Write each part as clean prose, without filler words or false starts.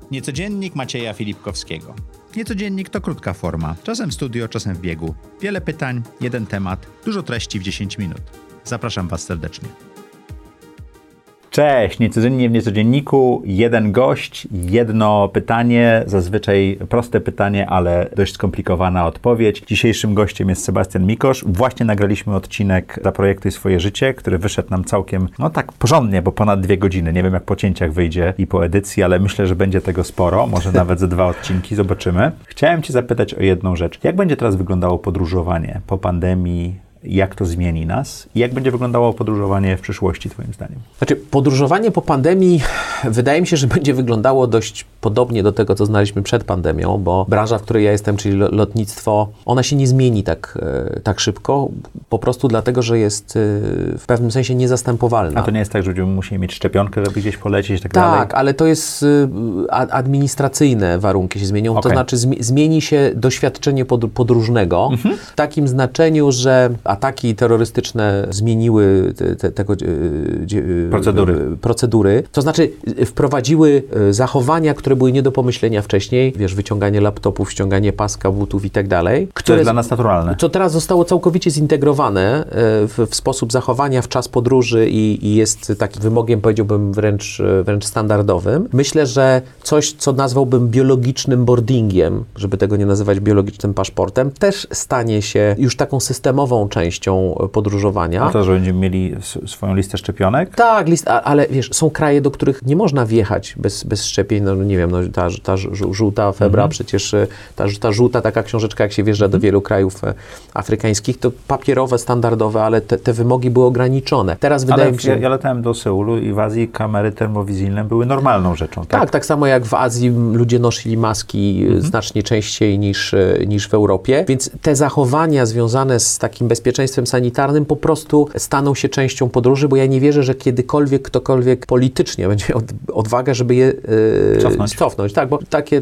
Niecodziennik Macieja Filipkowskiego. Niecodziennik to krótka forma, czasem w studio, czasem w biegu. Wiele pytań, jeden temat, dużo treści w 10 minut. Zapraszam Was serdecznie. Cześć, niecodziennie w Niecodzienniku, jeden gość, jedno pytanie, zazwyczaj proste pytanie, ale dość skomplikowana odpowiedź. Dzisiejszym gościem jest Sebastian Mikosz. Właśnie nagraliśmy odcinek Zaprojektuj swoje życie, który wyszedł nam całkiem, tak porządnie, bo ponad 2 godziny. Nie wiem, jak po cięciach wyjdzie i po edycji, ale myślę, że będzie tego sporo, może nawet ze 2 odcinki, zobaczymy. Chciałem Cię zapytać o jedną rzecz. Jak będzie teraz wyglądało podróżowanie po pandemii? Jak to zmieni nas? I jak będzie wyglądało podróżowanie w przyszłości, Twoim zdaniem? Znaczy, podróżowanie po pandemii wydaje mi się, że będzie wyglądało dość podobnie do tego, co znaliśmy przed pandemią, bo branża, w której ja jestem, czyli lotnictwo, ona się nie zmieni tak szybko, po prostu dlatego, że jest w pewnym sensie niezastępowalna. A to nie jest tak, że będziemy musieli mieć szczepionkę, żeby gdzieś polecieć i tak dalej? Tak, ale to jest administracyjne warunki się zmienią, to znaczy zmieni się doświadczenie podróżnego w takim znaczeniu, że ataki terrorystyczne zmieniły procedury, to znaczy wprowadziły zachowania, które były nie do pomyślenia wcześniej, wyciąganie laptopów, ściąganie paska, butów i tak dalej. Które jest dla nas naturalne. Co teraz zostało całkowicie zintegrowane w sposób zachowania w czas podróży i jest takim wymogiem, powiedziałbym, wręcz standardowym. Myślę, że coś, co nazwałbym biologicznym boardingiem, żeby tego nie nazywać biologicznym paszportem, też stanie się już taką systemową częścią podróżożowania. A to, że będziemy mieli swoją listę szczepionek? Tak, ale są kraje, do których nie można wjechać bez szczepień. Nie wiem, ta żółta febra, przecież ta żółta taka książeczka, jak się wjeżdża do wielu krajów afrykańskich, to papierowe, standardowe, ale te wymogi były ograniczone. Teraz wydaje mi się... Ja latałem do Seulu i w Azji kamery termowizyjne były normalną rzeczą, tak? Tak samo jak w Azji ludzie nosili maski znacznie częściej niż w Europie, więc te zachowania związane z takim bezpieczeństwem sanitarnym po prostu staną się częścią podróży, bo ja nie wierzę, że kiedykolwiek ktokolwiek politycznie będzie miał odwagę, żeby je cofnąć. Tak, bo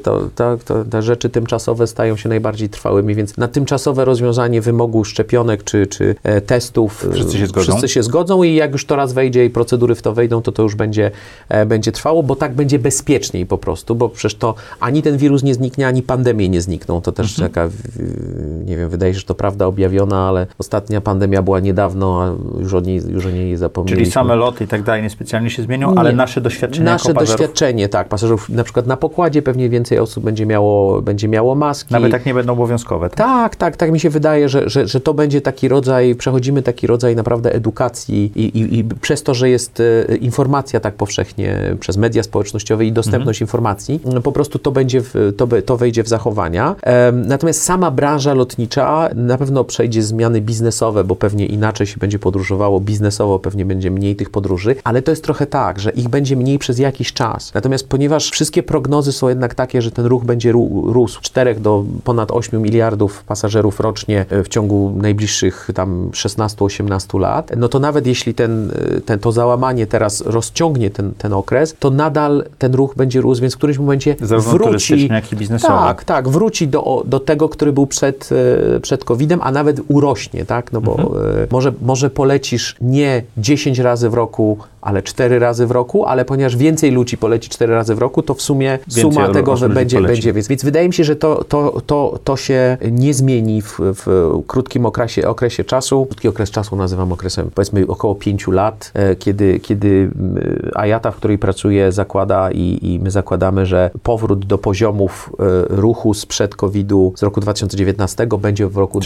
te rzeczy tymczasowe stają się najbardziej trwałymi, więc na tymczasowe rozwiązanie wymogu szczepionek czy testów wszyscy się zgodzą i jak już to raz wejdzie i procedury w to wejdą, to już będzie trwało, bo tak będzie bezpieczniej po prostu, bo przecież to ani ten wirus nie zniknie, ani pandemie nie znikną. To też taka, nie wiem, wydaje się, że to prawda objawiona, ale ostatnia pandemia była niedawno, a już o niej zapomnieliśmy. Czyli same loty i tak dalej niespecjalnie się zmienią, ale nasze doświadczenie doświadczenie, tak. Pasażerów na przykład na pokładzie pewnie więcej osób będzie miało maski. Nawet tak nie będą obowiązkowe. Tak mi się wydaje, że to będzie przechodzimy taki rodzaj naprawdę edukacji i przez to, że jest informacja tak powszechnie przez media społecznościowe i dostępność informacji, po prostu to wejdzie w zachowania. Natomiast sama branża lotnicza na pewno przejdzie zmiany biznesowe, bo pewnie inaczej się będzie podróżowało biznesowo, pewnie będzie mniej tych podróży, ale to jest trochę tak, że ich będzie mniej przez jakiś czas. Natomiast ponieważ wszystkie prognozy są jednak takie, że ten ruch będzie rósł 4 do ponad 8 miliardów pasażerów rocznie w ciągu najbliższych tam 16-18 lat, no to nawet jeśli to załamanie teraz rozciągnie ten okres, to nadal ten ruch będzie rósł, więc w którymś momencie wróci, jak i biznesowy. Tak, wróci do tego, który był przed COVID-em, a nawet urośnie, tak? No bo może polecisz nie 10 razy w roku, ale 4 razy w roku, ale ponieważ więcej ludzi poleci 4 razy w roku, to w sumie suma tego będzie więc wydaje mi się, że to się nie zmieni w krótkim okresie czasu. Krótki okres czasu nazywam okresem, powiedzmy, około 5 lat, kiedy IATA, w której pracuję, zakłada i my zakładamy, że powrót do poziomów ruchu sprzed COVID-u z roku 2019 będzie w roku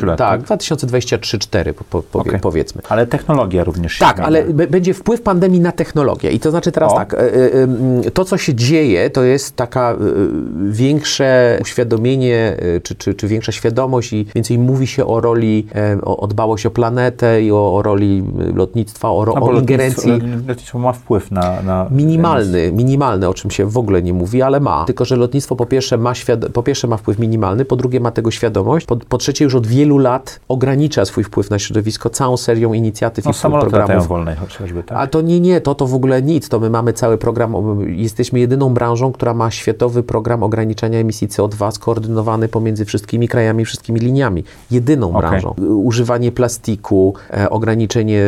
2023-2024 powiedzmy. Ale technologia również się zmienia. Ale będzie wpływ pandemii na technologię. I to znaczy teraz to co się dzieje, to jest taka większe uświadomienie, czy większa świadomość i więcej mówi się o roli, o dbałość o planetę i o roli lotnictwa, o ingerencji. Lotnictwo ma wpływ na minimalny, o czym się w ogóle nie mówi, ale ma. Tylko że lotnictwo po pierwsze ma wpływ minimalny, po drugie ma tego świadomość, po trzecie już od wielu lat ogranicza swój wpływ na środowisko całą serią inicjatyw i programów. Samoloty latają wolnej chociażby, tak? Ale to to w ogóle nic. To my mamy cały program, jesteśmy jedyną branżą, która ma światowy program ograniczenia emisji CO2 skoordynowany pomiędzy wszystkimi krajami, wszystkimi liniami. Jedyną branżą. Używanie plastiku, ograniczenie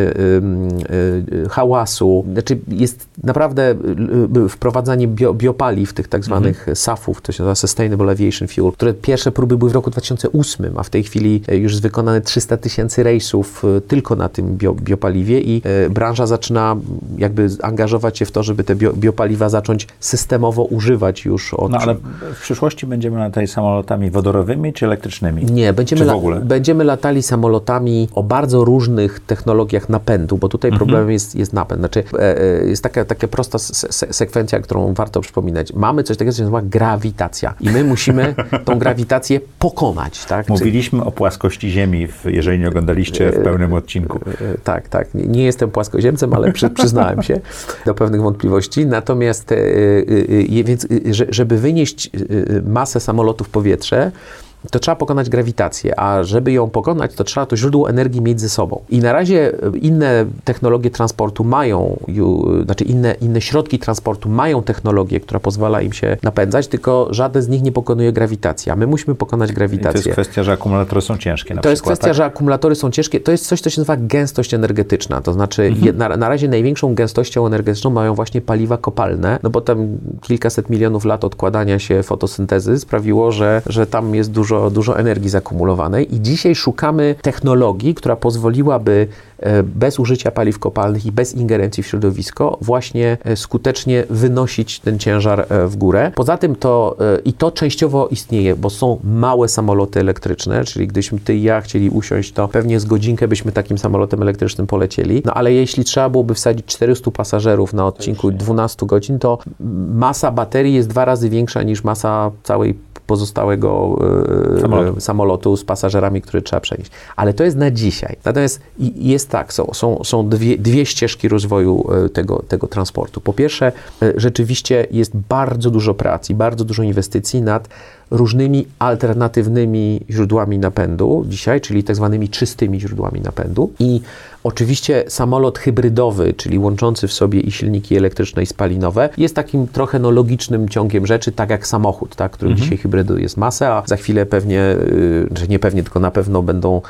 hałasu. Znaczy jest naprawdę wprowadzanie biopaliw, tych tak zwanych SAF-ów, to się nazywa Sustainable Aviation Fuel, które pierwsze próby były w roku 2008, a w tej chwili już jest wykonane 300 000 rejsów tylko na tym biopaliwie i branża zaczyna jakby angażować się w to, żeby te biopaliwa zacząć systemowo używać już od... No ale w przyszłości będziemy latali samolotami wodorowymi czy elektrycznymi? Nie, będziemy latali samolotami o bardzo różnych technologiach napędu, bo tutaj problemem jest napęd. Znaczy jest taka prosta sekwencja, którą warto przypominać. Mamy coś takiego, co się nazywa grawitacja i my musimy tą grawitację pokonać. Tak? Mówiliśmy o płaskości Ziemi, jeżeli nie oglądaliście w pełnym odcinku. Tak. Nie jestem płaskoziemcem, ale przyznałem się do pewnych wątpliwości. Natomiast więc, żeby wynieść masę samolotu w powietrze, to trzeba pokonać grawitację, a żeby ją pokonać, to trzeba to źródło energii mieć ze sobą. I na razie inne technologie transportu mają, znaczy inne środki transportu mają technologię, która pozwala im się napędzać, tylko żaden z nich nie pokonuje grawitacji, a my musimy pokonać grawitację. I to jest kwestia, że akumulatory są ciężkie na przykład. To jest kwestia, że akumulatory są ciężkie. To jest coś, co się nazywa gęstość energetyczna, to znaczy na razie największą gęstością energetyczną mają właśnie paliwa kopalne, no bo tam kilkaset milionów lat odkładania się fotosyntezy sprawiło, że tam jest dużo energii zakumulowanej i dzisiaj szukamy technologii, która pozwoliłaby bez użycia paliw kopalnych i bez ingerencji w środowisko właśnie skutecznie wynosić ten ciężar w górę. Poza tym to częściowo istnieje, bo są małe samoloty elektryczne, czyli gdybyśmy ty i ja chcieli usiąść, to pewnie z godzinkę byśmy takim samolotem elektrycznym polecieli. No ale jeśli trzeba byłoby wsadzić 400 pasażerów na odcinku 12 godzin, to masa baterii jest 2 razy większa niż masa całej pozostałego samolotu z pasażerami, który trzeba przenieść. Ale to jest na dzisiaj. Natomiast jest tak, są dwie źródła rozwoju tego transportu. Po pierwsze, rzeczywiście jest bardzo dużo pracy, bardzo dużo inwestycji nad różnymi alternatywnymi źródłami napędu dzisiaj, czyli tak zwanymi czystymi źródłami napędu. I oczywiście samolot hybrydowy, czyli łączący w sobie i silniki elektryczne i spalinowe, jest takim trochę logicznym ciągiem rzeczy, tak jak samochód, tak, którym dzisiaj hybrydu jest masę, a za chwilę pewnie, że nie pewnie, tylko na pewno będą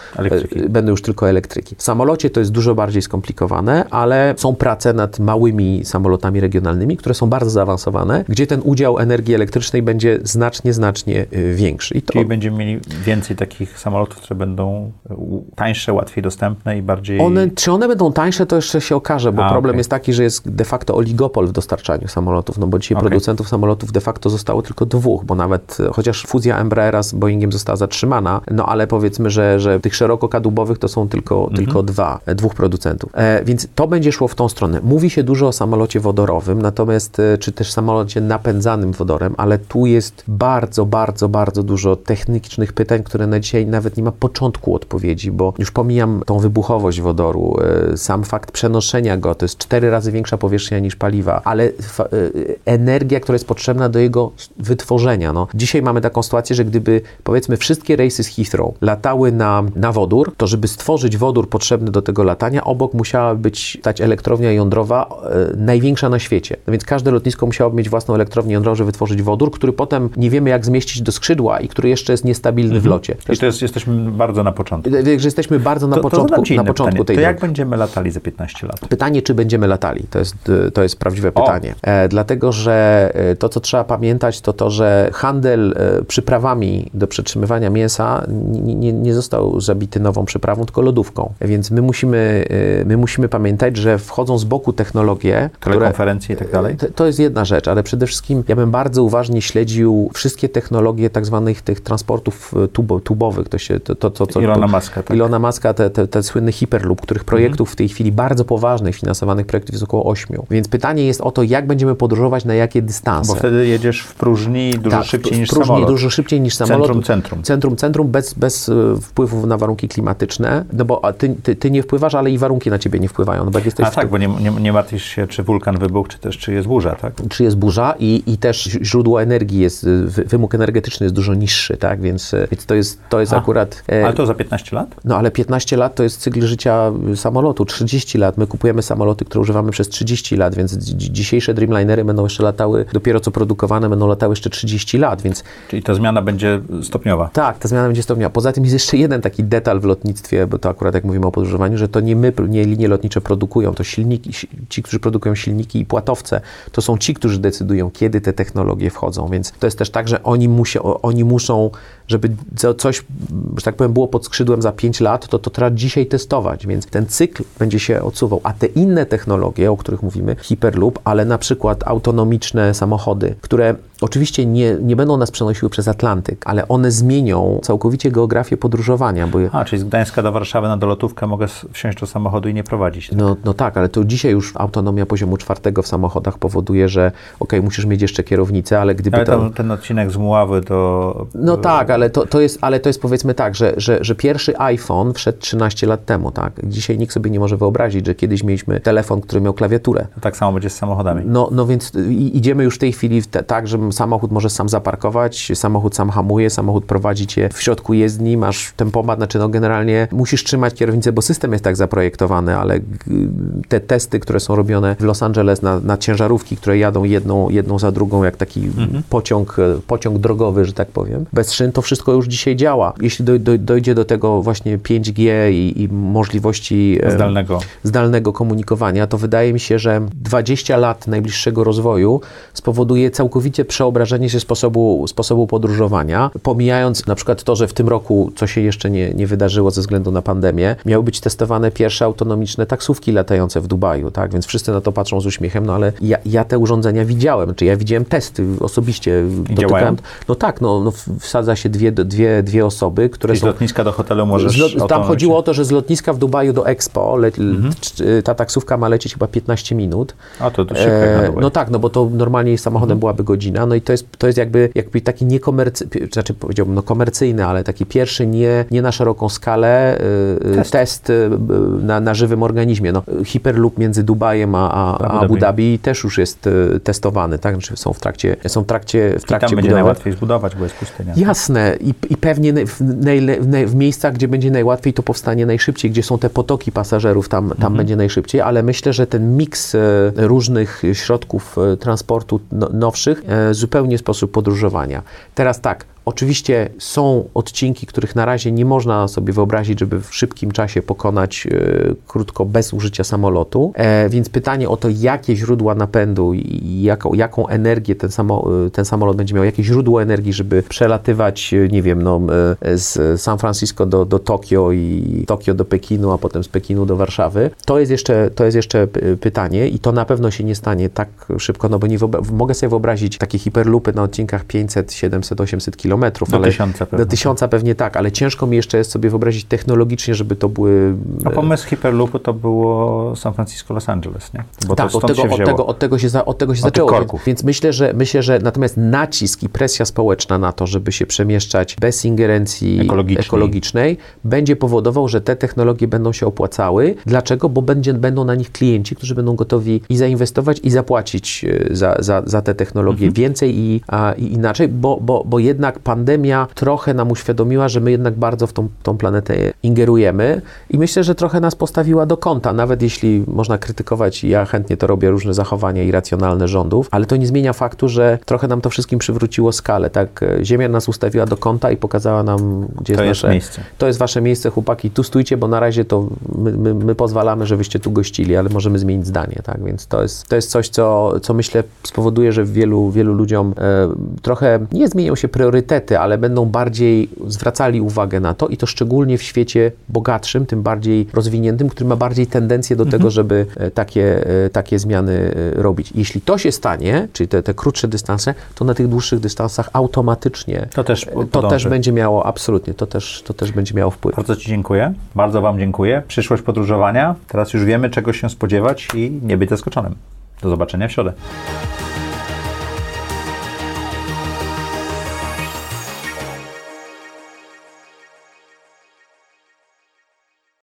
już tylko elektryki. W samolocie to jest dużo bardziej skomplikowane, ale są prace nad małymi samolotami regionalnymi, które są bardzo zaawansowane, gdzie ten udział energii elektrycznej będzie znacznie większy. Czyli będziemy mieli więcej takich samolotów, które będą tańsze, łatwiej dostępne i bardziej... Czy one będą tańsze, to jeszcze się okaże, bo problem jest taki, że jest de facto oligopol w dostarczaniu samolotów, no bo dzisiaj producentów samolotów de facto zostało tylko 2, bo nawet chociaż fuzja Embraera z Boeingiem została zatrzymana, no ale powiedzmy, że tych szerokokadłubowych to są tylko 2 producentów. Więc to będzie szło w tą stronę. Mówi się dużo o samolocie wodorowym, natomiast czy też samolocie napędzanym wodorem, ale tu jest bardzo dużo technicznych pytań, które na dzisiaj nawet nie ma początku odpowiedzi, bo już pomijam tą wybuchowość wodoru, sam fakt przenoszenia go, to jest 4 razy większa powierzchnia niż paliwa, ale energia, która jest potrzebna do jego wytworzenia. No, dzisiaj mamy taką sytuację, że gdyby powiedzmy wszystkie rejsy z Heathrow latały na wodór, to żeby stworzyć wodór potrzebny do tego latania, obok musiała stać elektrownia jądrowa największa na świecie. No więc każde lotnisko musiało mieć własną elektrownię jądrową, żeby wytworzyć wodór, który potem nie wiemy jak zmieścić do skrzydła i który jeszcze jest niestabilny w locie. Jesteśmy bardzo na początku. Jesteśmy bardzo na początku tej To jak będziemy latali za 15 lat? Pytanie, czy będziemy latali? To jest prawdziwe pytanie. Dlatego, że to, co trzeba pamiętać, to, że handel przyprawami do przetrzymywania mięsa nie został zabity nową przyprawą, tylko lodówką. Więc my musimy pamiętać, że wchodzą z boku technologie, telekonferencje i tak dalej? To jest jedna rzecz, ale przede wszystkim ja bym bardzo uważnie śledził wszystkie technologie tak zwanych tych transportów tubowych. Ilona Muska, tak? Ilona Muska, ten słynny Hyperloop, których projektów w tej chwili bardzo poważnych, finansowanych projektów jest około 8. Więc pytanie jest o to, jak będziemy podróżować, na jakie dystanse. Bo wtedy jedziesz w próżni dużo szybciej niż samolot. Dużo szybciej niż samolot. Centrum. Bez wpływu na warunki klimatyczne, no bo ty nie wpływasz, ale i warunki na ciebie nie wpływają. No bo jak jesteś bo nie martwisz się, czy wulkan wybuchł, czy też czy jest burza, tak? Czy jest burza i też źródło energii jest, wymóg energetyczny jest dużo niższy, tak? Więc to jest akurat... Ale to za 15 lat? No ale 15 lat to jest cykl życia samolotu, 30 lat. My kupujemy samoloty, które używamy przez 30 lat, więc dzisiejsze Dreamlinery będą jeszcze latały, dopiero co produkowane, będą latały jeszcze 30 lat, więc... Czyli ta zmiana będzie stopniowa. Tak, ta zmiana będzie stopniowa. Poza tym jest jeszcze jeden taki detal w lotnictwie, bo to akurat jak mówimy o podróżowaniu, że to nie my, nie linie lotnicze produkują, to silniki, ci, którzy produkują silniki i płatowce, to są ci, którzy decydują, kiedy te technologie wchodzą, więc to jest też tak, że oni muszą, żeby coś, że tak powiem, było pod skrzydłem za 5 lat, to trzeba dzisiaj testować, więc ten cykl będzie się odsuwał, a te inne technologie, o których mówimy, Hyperloop, ale na przykład autonomiczne samochody, które oczywiście nie będą nas przenosiły przez Atlantyk, ale one zmienią całkowicie geografię podróżowania. Czyli z Gdańska do Warszawy na dolotówkę mogę wsiąść do samochodu i nie prowadzić. Tak? No tak, ale to dzisiaj już autonomia poziomu 4 w samochodach powoduje, że musisz mieć jeszcze kierownicę, ale gdyby ten odcinek z Muławy to... No tak, ale to jest powiedzmy tak, że pierwszy iPhone wszedł 13 lat temu, tak? Dzisiaj nikt sobie nie może wyobrazić, że kiedyś mieliśmy telefon, który miał klawiaturę. To tak samo będzie z samochodami. No więc idziemy już w tej chwili tak, że samochód może sam zaparkować, samochód sam hamuje, samochód prowadzi cię w środku jezdni, masz tempomat, generalnie musisz trzymać kierownicę, bo system jest tak zaprojektowany, ale te testy, które są robione w Los Angeles na ciężarówki, które jadą jedną za drugą, jak taki pociąg drogowy, że tak powiem, bez szyn, to wszystko już dzisiaj działa. Jeśli dojdzie do tego właśnie 5G i możliwości zdalnego komunikowania, to wydaje mi się, że 20 lat najbliższego rozwoju spowoduje całkowicie przeobrażenie się sposobu podróżowania, pomijając na przykład to, że w tym roku, co się jeszcze nie wydarzyło ze względu na pandemię, miały być testowane pierwsze autonomiczne taksówki latające w Dubaju, tak? Więc wszyscy na to patrzą z uśmiechem, no ale ja te urządzenia widziałem, ja widziałem testy osobiście. Działają? No tak, wsadza się dwie osoby, które Czyli z lotniska do hotelu możesz... Tam chodziło o to, że z lotniska w Dubaju do Expo ta taksówka ma lecieć chyba 15 minut. A to szybko jak na Dubaj. No tak, bo to normalnie samochodem byłaby godzina, no i to jest jakby taki komercyjny, ale taki pierwszy nie na szeroką skalę test na żywym organizmie. No, Hyperloop między Dubajem a Abu Dhabi też już jest testowany, tak? Znaczy są w trakcie tam budowy. będzie najłatwiej zbudować, bo jest pustynia. Jasne. I pewnie w miejscach, gdzie będzie najłatwiej, to powstanie najszybciej, gdzie są te potoki pasażerów, tam będzie najszybciej, ale myślę, że ten miks różnych środków transportu nowszych zupełnie sposób podróżowania. Teraz tak, oczywiście są odcinki, których na razie nie można sobie wyobrazić, żeby w szybkim czasie pokonać krótko bez użycia samolotu, więc pytanie o to, jakie źródła napędu i jaką energię ten samolot będzie miał, jakie źródło energii, żeby przelatywać, nie wiem, z San Francisco do Tokio i Tokio do Pekinu, a potem z Pekinu do Warszawy, to jest jeszcze pytanie i to na pewno się nie stanie tak szybko, bo mogę sobie wyobrazić takie hiperloopy na odcinkach 500, 700, 800 km, do 1000 pewnie tak, ale ciężko mi jeszcze jest sobie wyobrazić technologicznie, żeby to były... A pomysł Hyperloopu to było San Francisco, Los Angeles, nie? Bo tak, od tego się zaczęło, więc myślę, że natomiast nacisk i presja społeczna na to, żeby się przemieszczać bez ingerencji ekologicznej, będzie powodował, że te technologie będą się opłacały. Dlaczego? Bo będą na nich klienci, którzy będą gotowi i zainwestować, i zapłacić za te technologie więcej i inaczej, bo jednak pandemia trochę nam uświadomiła, że my jednak bardzo w tą planetę ingerujemy i myślę, że trochę nas postawiła do kąta, nawet jeśli można krytykować, ja chętnie to robię, różne zachowania irracjonalne rządów, ale to nie zmienia faktu, że trochę nam to wszystkim przywróciło skalę, tak? Ziemia nas ustawiła do kąta i pokazała nam, gdzie jest nasze miejsce. To jest wasze miejsce, chłopaki, tu stójcie, bo na razie to my pozwalamy, żebyście tu gościli, ale możemy zmienić zdanie, tak? Więc to jest coś, co myślę spowoduje, że wielu ludziom trochę nie zmienią się priorytety, ale będą bardziej zwracali uwagę na to i to szczególnie w świecie bogatszym, tym bardziej rozwiniętym, który ma bardziej tendencję do tego, żeby takie zmiany robić. Jeśli to się stanie, czyli te krótsze dystanse, to na tych dłuższych dystansach automatycznie to też będzie miało, absolutnie, to też będzie miało wpływ. Bardzo Ci dziękuję. Bardzo Wam dziękuję. Przyszłość podróżowania. Teraz już wiemy, czego się spodziewać i nie być zaskoczonym. Do zobaczenia w środę.